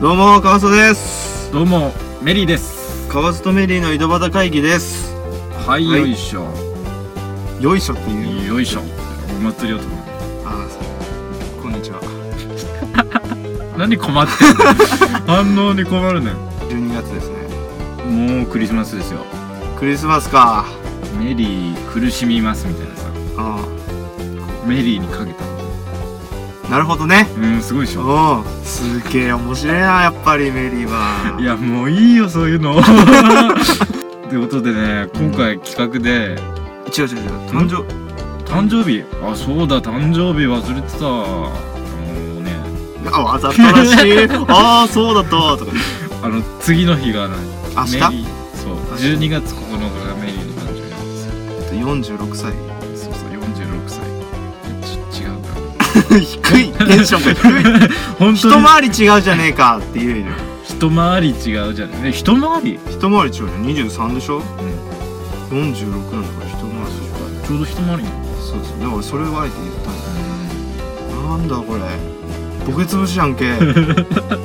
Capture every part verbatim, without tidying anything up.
どうも川曽です。 どうもメリーです。 川曽とメリーの井戸端会議です。 はい、はい、よいしょよいしょっていうよいしょお祭り男。 ああ、こんにちは。 何困ってんの反応に困るね。 じゅうにがつですね。もうクリスマスですよ。 クリスマスか。 メリー苦しみますみたいなさ。 ああメリーにかけた。 なるほどね。 うん、すごいでしょ。 おー、すげえ面白いな、やっぱりメリーは。 いや、もういいよそういうの。ってことでね、今回企画で、 違う違う違う、誕生誕生日、あ、そうだ、誕生日忘れてた。もうね、 あ、わざとらしい。ああ、そうだったとか。 あの次の日が何？ 明日？ そう、じゅうにがつここのかがメリーの誕生日なんですよ。 よんじゅうろくさい。 そうそう、よんじゅうろくさい。ち違うか。 低い、テンションが低い。本当に一回り違うじゃねえかっていう。 一回り違うじゃねえ。一回り？ 一回り違うじゃん。にじゅうさんでしょ。 うん。 よんじゅうろくなんだから一回りでしょ。 ちょうど一回り。 そうそう。だからそれをあえて言ったんだ。うん、なんだこれ。ボケつぶしやんけ。いやでもね、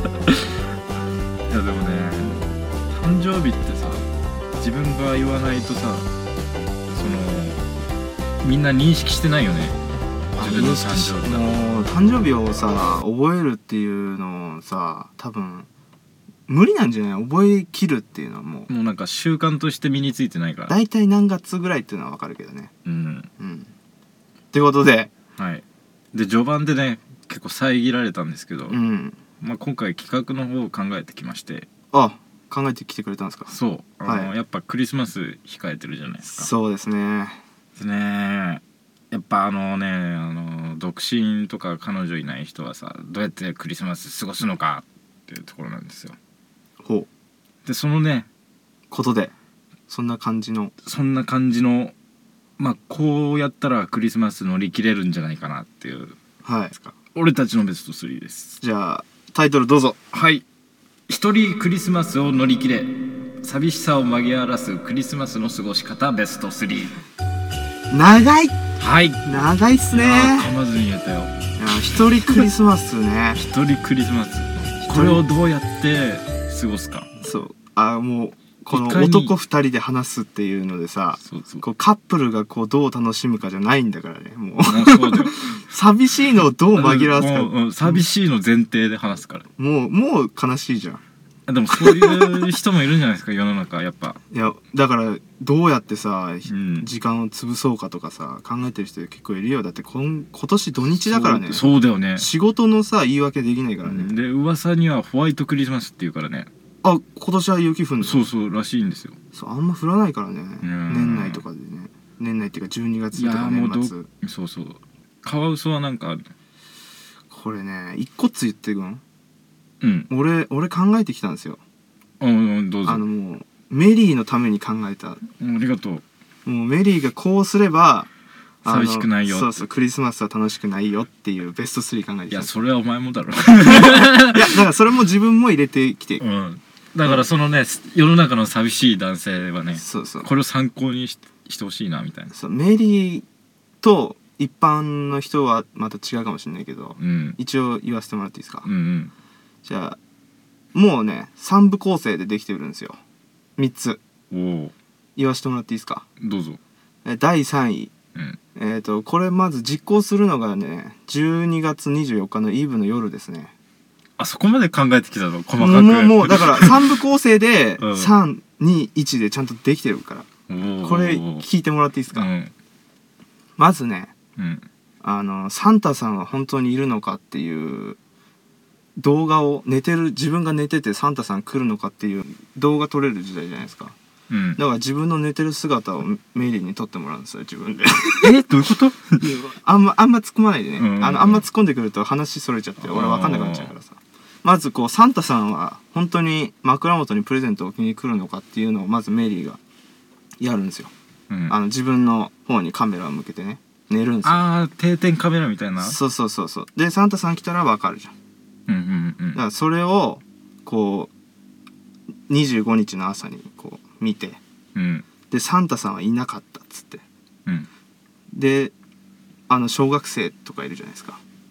誕生日ってさ、自分が言わないとさ、そのみんな認識してないよね。自分の誕生日だ。 もう誕生日をさ覚えるっていうのをさ多分無理なんじゃない？覚えきるっていうのはもうもうなんか習慣として身についてないから。 大体何月ぐらいっていうのは分かるけどね。 うんうんってことで、 はい。で序盤でね結構遮られたんですけど、 うん、 まあ今回企画の方を考えてきまして。 あ、考えてきてくれたんですか？ そう、あの、 はい、 やっぱクリスマス控えてるじゃないですか。 そうですね。 でね、やっぱあのね、あの独身とか彼女いない人はさ、どうやってクリスマス過ごすのかっていうところなんですよ。 ほう。 でそのねことでそんな感じのそんな感じのまあこうやったらクリスマス乗り切れるんじゃないかなっていう、 はい、 俺たちのベストスリーです。 じゃあタイトルどうぞ。 はい。一人クリスマスを乗り切れ、寂しさを紛らわすクリスマスの過ごし方ベストスリー。 長い。 はい、 長いっすね。 噛まずに言えたよ。 いや一人クリスマスね。 一人クリスマス、これをどうやって過ごすか。 そう、あ、もうこの男二人で話すっていうのでさ、 そうそう、 こうカップルがこうどう楽しむかじゃないんだからね。もうそうだよ。 寂しいのをどう紛らわすか。 もう寂しいの前提で話すから。 もうもう悲しいじゃん。 でもそういう人もいるんじゃないですか世の中やっぱ。 いやだからどうやってさ、うん、時間を潰そうかとかさ考えてる人結構いるよ。だって今今年土日だからね。 そう、そうだよね。 仕事のさ言い訳できないからね。 で噂にはホワイトクリスマスっていうからね。 あ、今年は雪降るの？ そうそうらしいんですよ。 そう、あんま降らないからね。年内とかでね。年内っていうかじゅうにがつとか年末。 もうそうそう。カワウソはなんかある。 これね一個っつ言ってくん。 うん。 俺俺考えてきたんですよ。 うん、どうぞ。 あのもうメリーのために考えた。 ありがとう。 もうメリーがこうすれば寂しくないよ。 そうそう、クリスマスは楽しくないよっていうベストスリー考えてきた。 いやそれはお前もだろ。いやだからそれも自分も入れてきて。 うん。だからそのね、世の中の寂しい男性はね、 そうそう、 これを参考にししてほしいなみたいな。 そうメリーと一般の人はまた違うかもしれないけど、 うん、 一応言わせてもらっていいですか？ うんうん、 じゃあもうねさん部構成でできてるんですよ。みっつお言わせてもらっていいですか？ どうぞ。 だいさんい、 うん、 えーとこれまず実行するのがねじゅうにがつにじゅうよっかのイブの夜ですね。 あ、そこまで考えてきたの細かく。 もうもうだからさん部構成でうん、 さんにいちでちゃんとできてるからこれ聞いてもらっていいですか？うん、まずね、うん、あのサンタさんは本当にいるのかっていう動画を、寝てる自分が寝ててサンタさん来るのかっていう動画撮れる時代じゃないですか。うん、だから自分の寝てる姿をメリーに撮ってもらうんですよ自分で。 え、どういうこと？ あんまあんま突っ込まないでね、うんうん、あのあんま突っ込んでくると話それちゃって俺分かんなくなっちゃうからさ。まずこうサンタさんは本当に枕元にプレゼントを置きに来るのかっていうのをまずメリーがやるんですよ。うん、あの自分の方にカメラを向けてね寝るんですよ。 ああ、定点カメラみたいな。 そうそうそうそう。でサンタさん来たら分かるじゃん。うんうんうん、だからそれをこうにじゅうごにちの朝にこう見て、うん、でサンタさんはいなかったっつって、うん、であの小学生とかいるじゃないですか。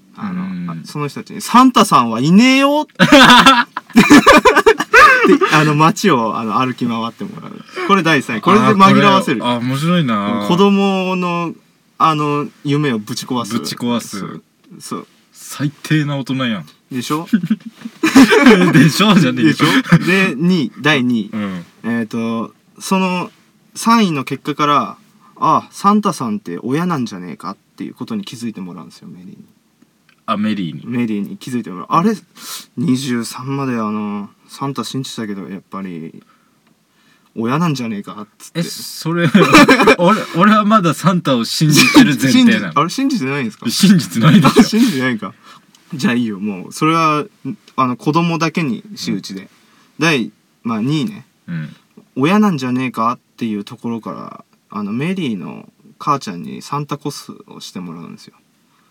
あのその人たちに「サンタさんはいねえよ!」ってあの街をあの歩き回ってもらう。これだいさんい。これで紛らわせる。 あ、面白いな。 子供のあの夢をぶち壊す。 ぶち壊す。 そう。 最低な大人やん。 でしょでしょじゃねえよ。 でしょでにいだいにい、うん、えっ、ー、とそのさんいの結果からあサンタさんって親なんじゃねえかっていうことに気づいてもらうんですよ、メリーに。 あ、メリーにメリーに気づいてもらう。あれにじゅうさんまであのサンタ信じたけどやっぱり親なんじゃねえかっつって。 え、それ俺俺はまだサンタを信じてる前提なの。 あれ信じてないんですか？ 信じてないでしょ。 信じてないか。じゃあいいよ、もうそれはあの子供だけに仕打ちで、うん、だい、まあ、にいね、うん、親なんじゃねえかっていうところからあのメリーの母ちゃんにサンタコスをしてもらうんですよ。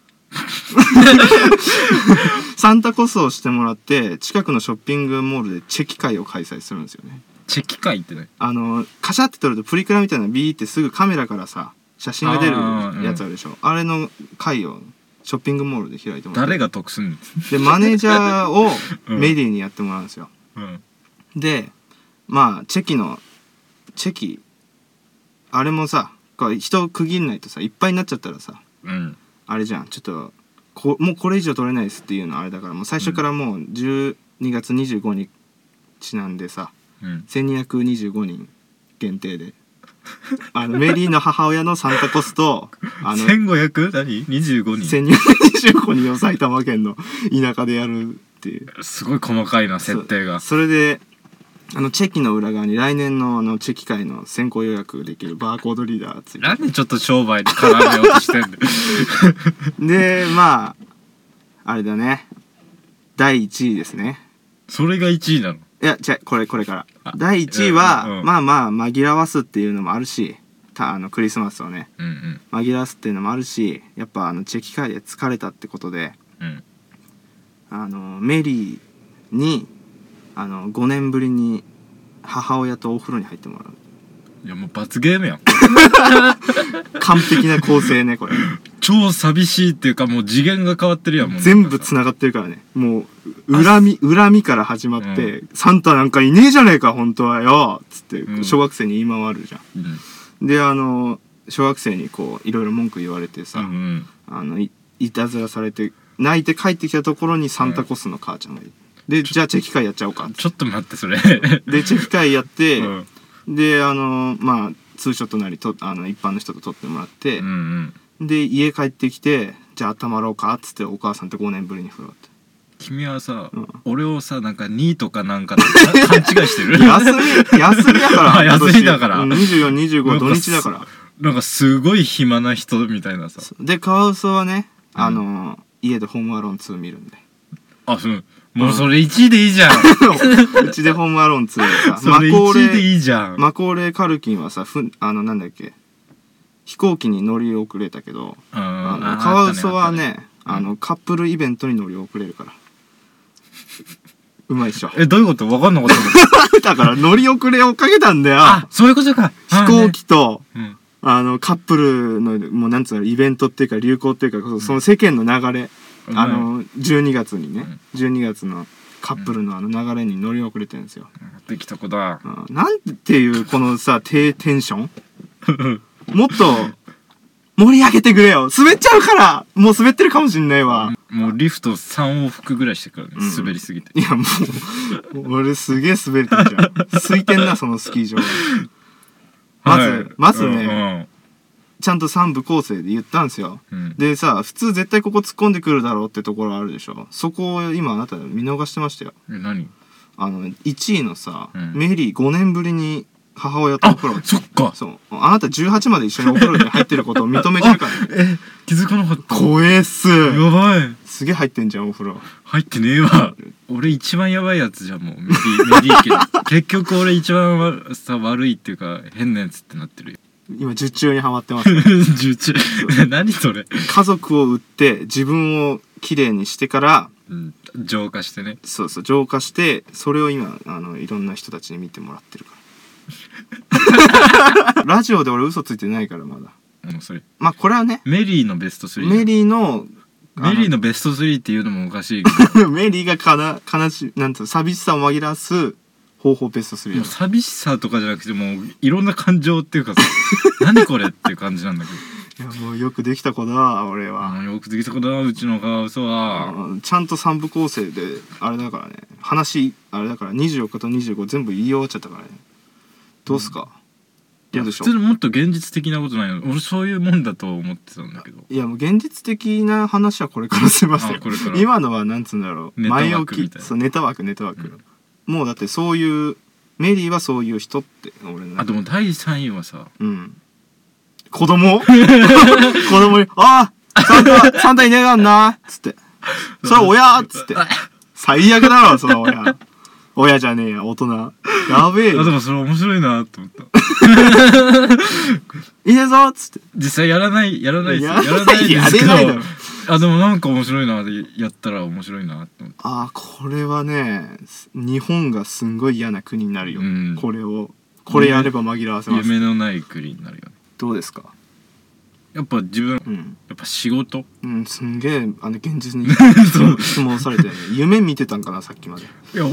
サンタコスをしてもらって近くのショッピングモールでチェキ会を開催するんですよね。 チェキ会ってね、 あのカシャって撮るとプリクラみたいなビーってすぐカメラからさ写真が出るやつあるでしょ。 あ,、うん、あれの会をショッピングモールで開いてもらって、 誰が得すんのでマネージャーをメリーにやってもらうんですよ、うん、でまあチェキのチェキあれもさ人を区切んないとさいっぱいになっちゃったらさ、うん、あれじゃん、ちょっとこもうこれ以上取れないですっていうのあれだから、もう最初からもうじゅうにがつにじゅうごにちなんでさ、うん、せんにひゃくにじゅうごにん限定であのメリーの母親のサンタコスとあのせんごひゃく何にじゅうごにんせんにひゃくにじゅうごにんを埼玉県の田舎でやるっていう、 すごい細かいな設定が。 そ, それであのチェキの裏側に来年 の, あのチェキ会の先行予約できるバーコードリーダーついて、 なんでちょっと商売に絡めようとしてんだよでまああれだね、だいいちいですね。 それがいちいなの？ いや違う、これこれからだいいちいは、うんうん、まあまあ紛らわすっていうのもあるし、たあのクリスマスをね、うんうん、紛らわすっていうのもあるし、やっぱあのチェキ会で疲れたってことで、うん、あのメリーにあのごねんぶりに母親とお風呂に入ってもらう。 いやもう罰ゲームやん完璧な構成ねこれ。 超寂しいっていうかもう次元が変わってるやん。もう全部つながってるからね。もう恨み恨みから始まって、うん、サンタなんかいねえじゃねえか本当はよっつって小学生に言い回るじゃん、うん、であの小学生にこういろいろ文句言われてさ、うんうん、あの い, いたずらされて泣いて帰ってきたところにサンタコスの母ちゃんがいる、うん、でじゃあチェキ会やっちゃおうかって。 ちょっと待ってそれでチェキ会やって、うん、であのまあツーショットなりとあの一般の人と撮ってもらって、うんうん、で家帰ってきてじゃあたまろうかっつってお母さんとごねんぶりに風呂って。 君はさ、うん、俺をさなんかにとかなんか勘違いしてる休み休みだから休みだからにじゅうよん、にじゅうご土日だからなんかすごい暇な人みたいなさ。 でカワウソはね、うん、あの家でホームアローンツー見るんで。 あ、そう、もうそれいちいでいいじゃんうちでホームアローンツーでさそれいちいでいいじゃん。 マコーレーカルキンはさふあのなんだっけ飛行機に乗り遅れたけど、あのカワウソはね、あのカップルイベントに乗り遅れるからうまいっしょ。 え、どういうこと？分かんなかっただから乗り遅れをかけたんだよ。 あ、そういうことか。 飛行機と、あ、ね、うん、あのカップルのもうなんつうのイベントっていうか流行っていうか、うん、その世間の流れ、うん、あのじゅうにがつにね、うん、じゅうにがつのカップルのあの流れに乗り遅れてるんですよ。 できた子だ。 うん、なんていうこのさ低テンションもっと盛り上げてくれよ。滑っちゃうからもう滑ってるかもしんないわ。 もうリフトさん往復ぐらいしてからね、うん、滑りすぎて。 いやもう俺すげえ滑れてるじゃん空いてんなそのスキー場まず、はい、まずね、うんうん、ちゃんとさんぶ構成で言ったんですよ、うん、でさ普通絶対ここ突っ込んでくるだろうってところあるでしょ。そこを今あなた見逃してましたよ。 え、何？ あのいちいのさ、うん、メリーごねんぶりに母親とお風呂。 あ、そっか。 そう。あなたじゅうはちまで一緒にお風呂に入ってることを認めてるからね。 え、気づかなかった。 怖えっす。 やばい。 すげえ入ってんじゃんお風呂。 入ってねえわ。俺一番やばいやつじゃんもうメリーメリー家結局俺一番さ悪いっていうか変なやつってなってるよ。 今術中にハマってます、ね。 術中。何それ。 家族を売って自分をきれいにしてから。 うん、浄化してね。 そうそう浄化してそれを今あのいろんな人たちに見てもらってるから。ラジオで俺嘘ついてないからまだ。 もうそれまあこれはねメリーのベストスリー。 メリーのメリーのベストスリーっていうのもおかしいけどメリーがかな悲しいなんていうの寂しさを紛らわす方法ベストスリー。 もう寂しさとかじゃなくてもういろんな感情っていうかさ何これっていう感じなんだけど。 いやもうよくできた子だ俺は。 もうよくできた子だうちのカワウソは。 ちゃんと三部構成であれだからね話あれだからにじゅうよっかとにじゅうご全部言い終わっちゃったからね。どうすか、 うん、いや普通にもっと現実的なことないの俺そういうもんだと思ってたんだけど。 いやもう現実的な話はこれからしましたよ。今のはなんつうんだろう前置きそうネタ枠ネタ枠、うん、もうだってそういうメリーはそういう人って俺の。 あでもだいさんいはさ、 うん、子供子供に「ああサンタサンタいねえがんな」っつって「それ親」っつって最悪だろその親親じゃねえや大人やべえよ。 あでもそれ面白いなって思ったいいねぞっつって実際やらないやらないですよやらないですけどあでもなんか面白いなでやったら面白いなって思って。 あこれはね日本がすんごい嫌な国になるよ、うん、これをこれやれば紛らわせます。 夢のない国になるよね。 どうですかやっぱ自分、うん、やっぱ仕事うんすんげえあの現実に質問されて、ね、夢見てたんかなさっきまで。いや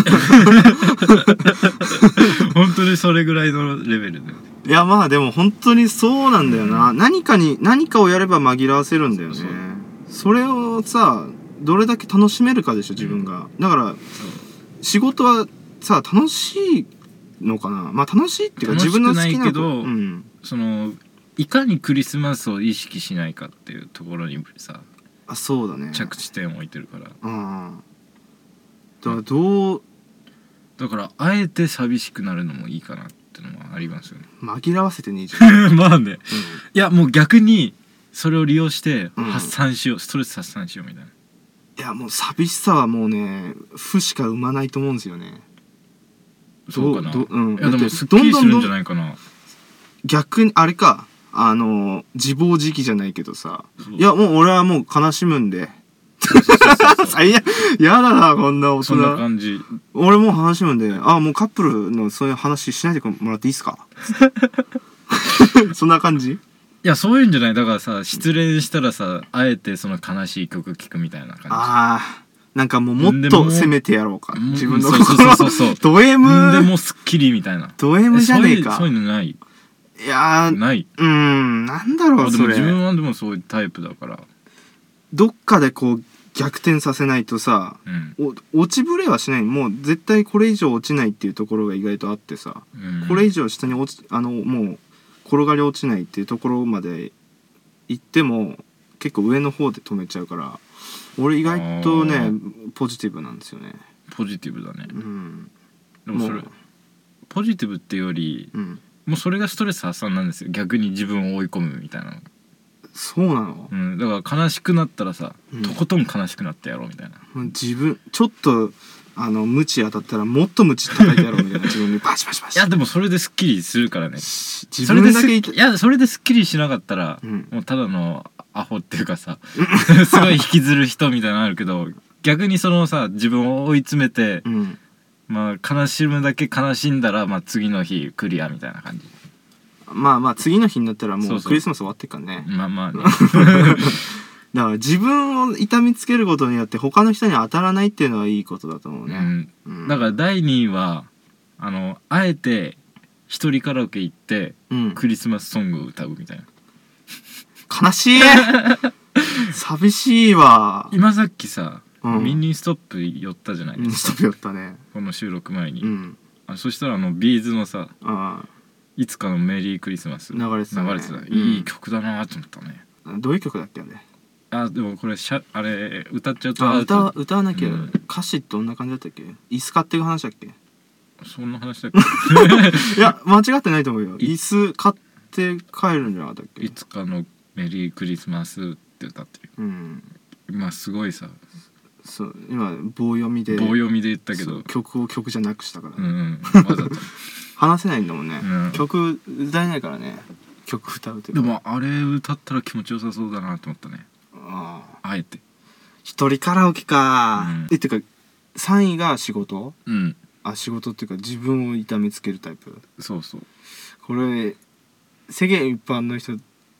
本当にそれぐらいのレベルで。 いやまあでも本当にそうなんだよな、うん、何かに何かをやれば紛らわせるんだよね。そうそうそれをさどれだけ楽しめるかでしょ自分が、うん、だから仕事はさ楽しいのかな。まあ楽しいっていうか自分の好きなこと、うん、 そのいかにクリスマスを意識しないかっていうところにさあそうだね着地点を置いてるから。 あだからどうだからあえて寂しくなるのもいいかなってのもありますよね。 紛らわせてねえじゃんまあね、うん、いやもう逆にそれを利用して発散しよう、うん、ストレス発散しようみたいな。 いやもう寂しさはもうね負しか生まないと思うんですよね。 そうかな、うん、いやでもすっきりするんじゃないかな。 逆にあれかあの自暴自棄じゃないけどさいやもう俺はもう悲しむんで最悪やだなこんな大人。 そんな感じ。 俺もう悲しむんであもうカップルのそういう話しないでもらっていいっすかそんな感じ。 いやそういうんじゃないだからさ失恋したらさあえてその悲しい曲聴くみたいな感じ。 ああなんかもうもっと攻めてやろうか自分の心。そうそうそうそうド M でもすっきりみたいな。 ド M じゃねえか。 そういうのない。 いやーない。 うーんなんだろうそれ。 自分はでもそういうタイプだからどっかでこう逆転させないとさ、うん、お落ちぶれはしない。もう絶対これ以上落ちないっていうところが意外とあってさ、うん、これ以上下に落ちあのもう転がり落ちないっていうところまで行っても結構上の方で止めちゃうから俺意外とねポジティブなんですよね。 ポジティブだね、 うん、 でもそれポジティブっていうより、うん、もうそれがストレス発散なんですよ。逆に自分を追い込むみたいな。 そうなの、 うん、だから悲しくなったらさ、うん、とことん悲しくなってやろうみたいな。 自分ちょっとあのムチ当たったらもっとムチ叩いてやろうみたいな自分にバシバシバシ。 いやでもそれですっきりするからね。 自分だけいやそれですっきりしなかったら、うん、もうただのアホっていうかさすごい引きずる人みたいなのあるけど逆にそのさ自分を追い詰めて、うん、まあ悲しむだけ悲しんだら、まあ、次の日クリアみたいな感じ。 まあまあ次の日になったらもうクリスマス終わってっからね。 まあまあねだから自分を痛みつけることによって他の人に当たらないっていうのはいいことだと思うね、 うんうん、だからだいにいはあのあえて一人カラオケ行って、うん、クリスマスソングを歌うみたいな。 悲しい寂しいわ。 今さっきさ、うん、ミニストップ寄ったじゃないですか。ミニストップ寄ったねこの収録前に、 うん、 あそしたらあのビーズのさあいつかのメリークリスマス流れてた、ね、 流れてた、いい曲だなと思ったね。 どういう曲だっけあれ。 あでもこれしゃあれ歌っちゃうとあ歌歌わなきゃ、うん、歌詞どんな感じだったっけ。椅子買っていく話だっけ。 そんな話だっけいや間違ってないと思うよ。椅子買って帰るんじゃなかったっけ。 いつかのメリークリスマスって歌ってる、うん、まあすごいさそう今棒読みで棒読みで言ったけど曲を曲じゃなくしたから、 ね、うんうん、わざと話せないんだもんね、うん、曲歌えないからね。曲歌うってでもあれ歌ったら気持ちよさそうだなと思ったね。 あああえて一人カラオケか、うん、えってかさんいが仕事、 うん、 あ仕事っていうか自分を痛めつけるタイプ。 そうそうこれ世間一般の人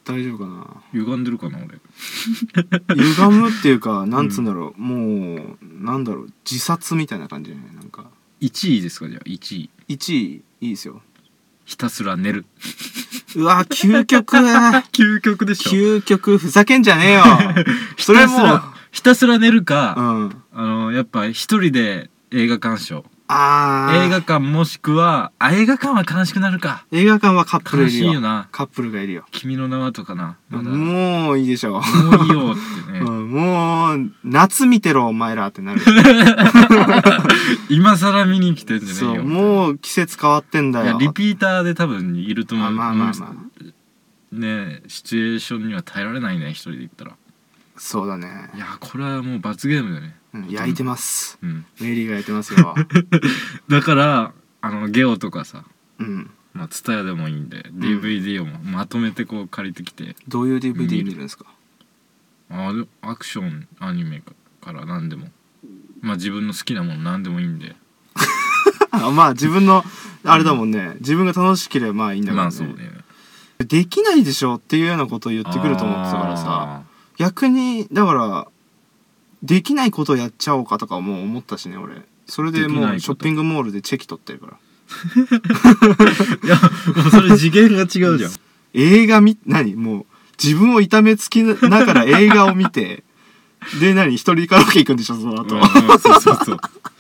大丈夫かな。 歪んでるかな俺。 歪むっていうかなんつうんだろう、うん、もうなんだろう自殺みたいな感じじゃない。なんかいちいですか。じゃあいちいいちいいいですよ。 ひたすら寝る。 うわ究極究極でしょ。 究極ふざけんじゃねえよ。それもうひたすら寝るか、 うん、 あのやっぱ一人で映画鑑賞。 あ映画館もしくはあ映画館は悲しくなるか。 映画館はカップルいるよ。 悲しいよな。 カップルがいるよ。 君の名はとかな。 ま、もういいでしょ。 もういいよってね、 うん、もう夏見てろお前らってなる。 今更見に来てんじゃねえよ。 そうもう季節変わってんだよ。 いやリピーターで多分いると思う。 まあまあまあ、まあ、ねシチュエーションには耐えられないね一人で行ったら。 そうだね。 いやこれはもう罰ゲームだね。 うん、焼いてます、 うん、 メリーが焼いてますよ。 だからあのゲオとかさ、 うん、 まあツタヤでもいいんで、うん、ディーブイディー をまとめてこう借りてきて。 どういう ディーブイディー 見るんですか。 あアクションアニメから何でも、まあ自分の好きなもの何でもいいんで。 まあ自分のあれだもんね、うん、自分が楽しければまあいいんだからね。 まあそうね。 できないでしょっていうようなことを言ってくると思ってたからさ、逆にだからできないことをやっちゃおうかとかも思ったしね俺。それでもうショッピングモールでチェキ取ってるから。 いやもうそれ次元が違うじゃん。 映画み何もう自分を痛めつきながら映画を見てで何一人カラオケ行くんでしょその後。 うん、そうそうそう。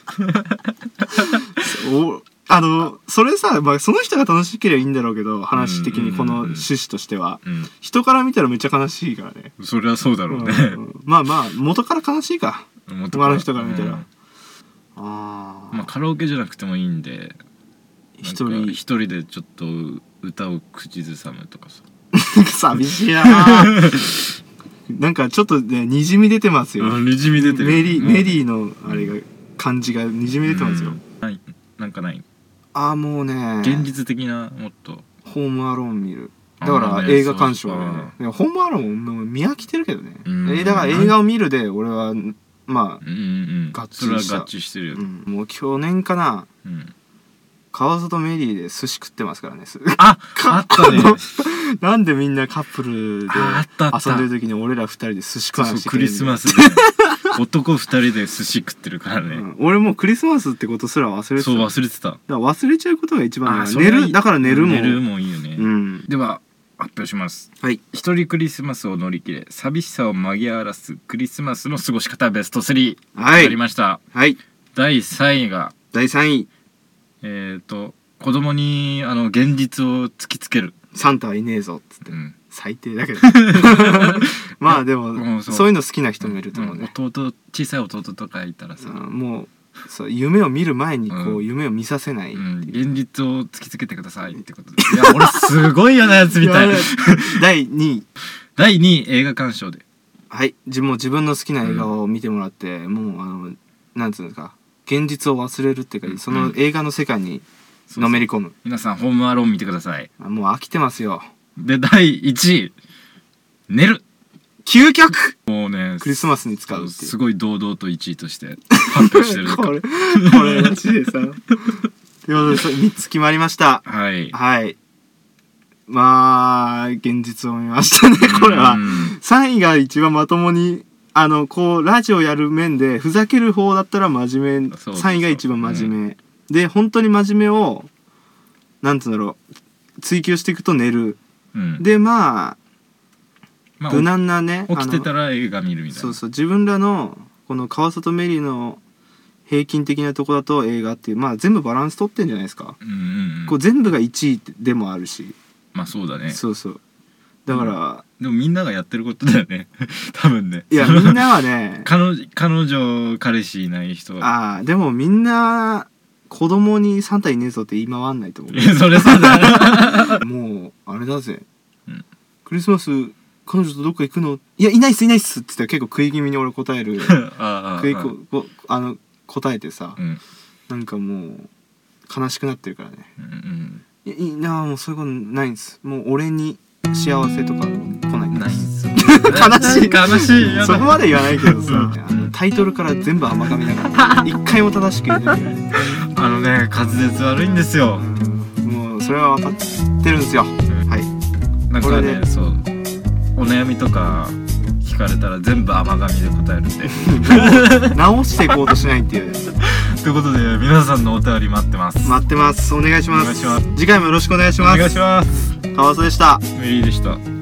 おあのそれさ、まあ、その人が楽しければいいんだろうけど話的にこの趣旨としては、うん、人から見たらめっちゃ悲しいからね。 そりゃそうだろうね、 うん、まあまあ元から悲しいか他の人から見たら、うん、ああまあカラオケじゃなくてもいいんで一人一人でちょっと歌を口ずさむとかさ。 寂しいな。なんかちょっとねにじみ出てますよ。 にじみ出てる。 メリー、メリーのあれが感じがにじみ出てますよ。 はい、なんかない。 ああもうね現実的なもっとホームアローン見る。だから映画鑑賞はね。ホームアローンも見飽きてるけどね。えだから映画を見るで俺はまあ合致した。それは合致してるよ。 もう去年かな。川里メリーで寿司食ってますからね。 ああったね。 なんでみんなカップルで遊んでる時に俺ら二人で寿司食わなきゃいけないんだよ。 クリスマスで男二人で寿司食ってるからね、うん、 俺もうクリスマスってことすら忘れてた。 そう忘れてた。だから忘れちゃうことが一番だよ。寝るだから寝るもん。 寝るもいいよね、 うん、 では発表します。 はい。 一人クリスマスを乗り切れ寂しさを紛らわすクリスマスの過ごし方ベストスリー。 はい。 ありました。 はい。 だいさんいがだいさんいえっ、ー、と子供にあの現実を突きつける。 サンタはいねえぞっつって、うん、最低だけどまあでも、うん、そう、そういうの好きな人もいると思うね、 うん、弟小さい弟とかいたらさ、 うん、もうそう夢を見る前にこう、うん、夢を見させない、 うん、現実を突きつけてくださいってことで。いや俺すごい嫌なやつみたい。 だいにいだいにい映画鑑賞ではい自分自分の好きな映画を見てもらって、うん、もうあのなんつうんですか現実を忘れるっていうか、うん、その映画の世界にのめり込む。そうそう皆さんホームアローン見てください。 もう飽きてますよ。 でだいいちい寝る。 究極もうねクリスマスに使うっていうすごい堂々といちいとして発表してるこれこれマジでさということでみっつ決まりました。 はいはいまあ現実を見ましたねこれは。さんいが一番まともにあのこうラジオやる面でふざける方だったら真面目。さんいが一番真面目、うんで本当に真面目をなんつうんだろう追求していくと寝る、うん、でまあ、まあ、無難なね起きてたら映画見るみたいな。 そうそう自分らのこの川里メリーの平均的なとこだと映画っていうまあ全部バランス取ってんじゃないですか、 うんうんうん、 こう全部がいちいでもあるし。 まあそうだね。 そうそうだから、うん、 でもみんながやってることだよね多分ね。 いやみんなはね彼女彼女彼氏いない人はああでもみんな子供にサンタいねえぞって言い回んないと思う。 それそうだもうあれだぜ、うん、クリスマス彼女とどっか行くのいやいないっすいないっすって言ったら結構食い気味に俺答えるあ食いここあの答えてさ、うん、なんかもう悲しくなってるからね、うんうん、いやいいなあもうそういうことないんですもう俺に幸せとか来ないんです悲しい悲しいそこまで言わないけどさ、うん、あのタイトルから全部甘噛みだから一回も正しく言えないあのね滑舌悪いんですよ。 もうそれは分かってるんですよ、うん、はいなんかねそうお悩みとか聞かれたら全部甘噛みで答えるんで直していこうとしないっていうということで皆さんのお便り待ってます待ってますお願いします。 お願いします。 次回もよろしくお願いします。 お願いします。 川瀬でした。 メリーでした。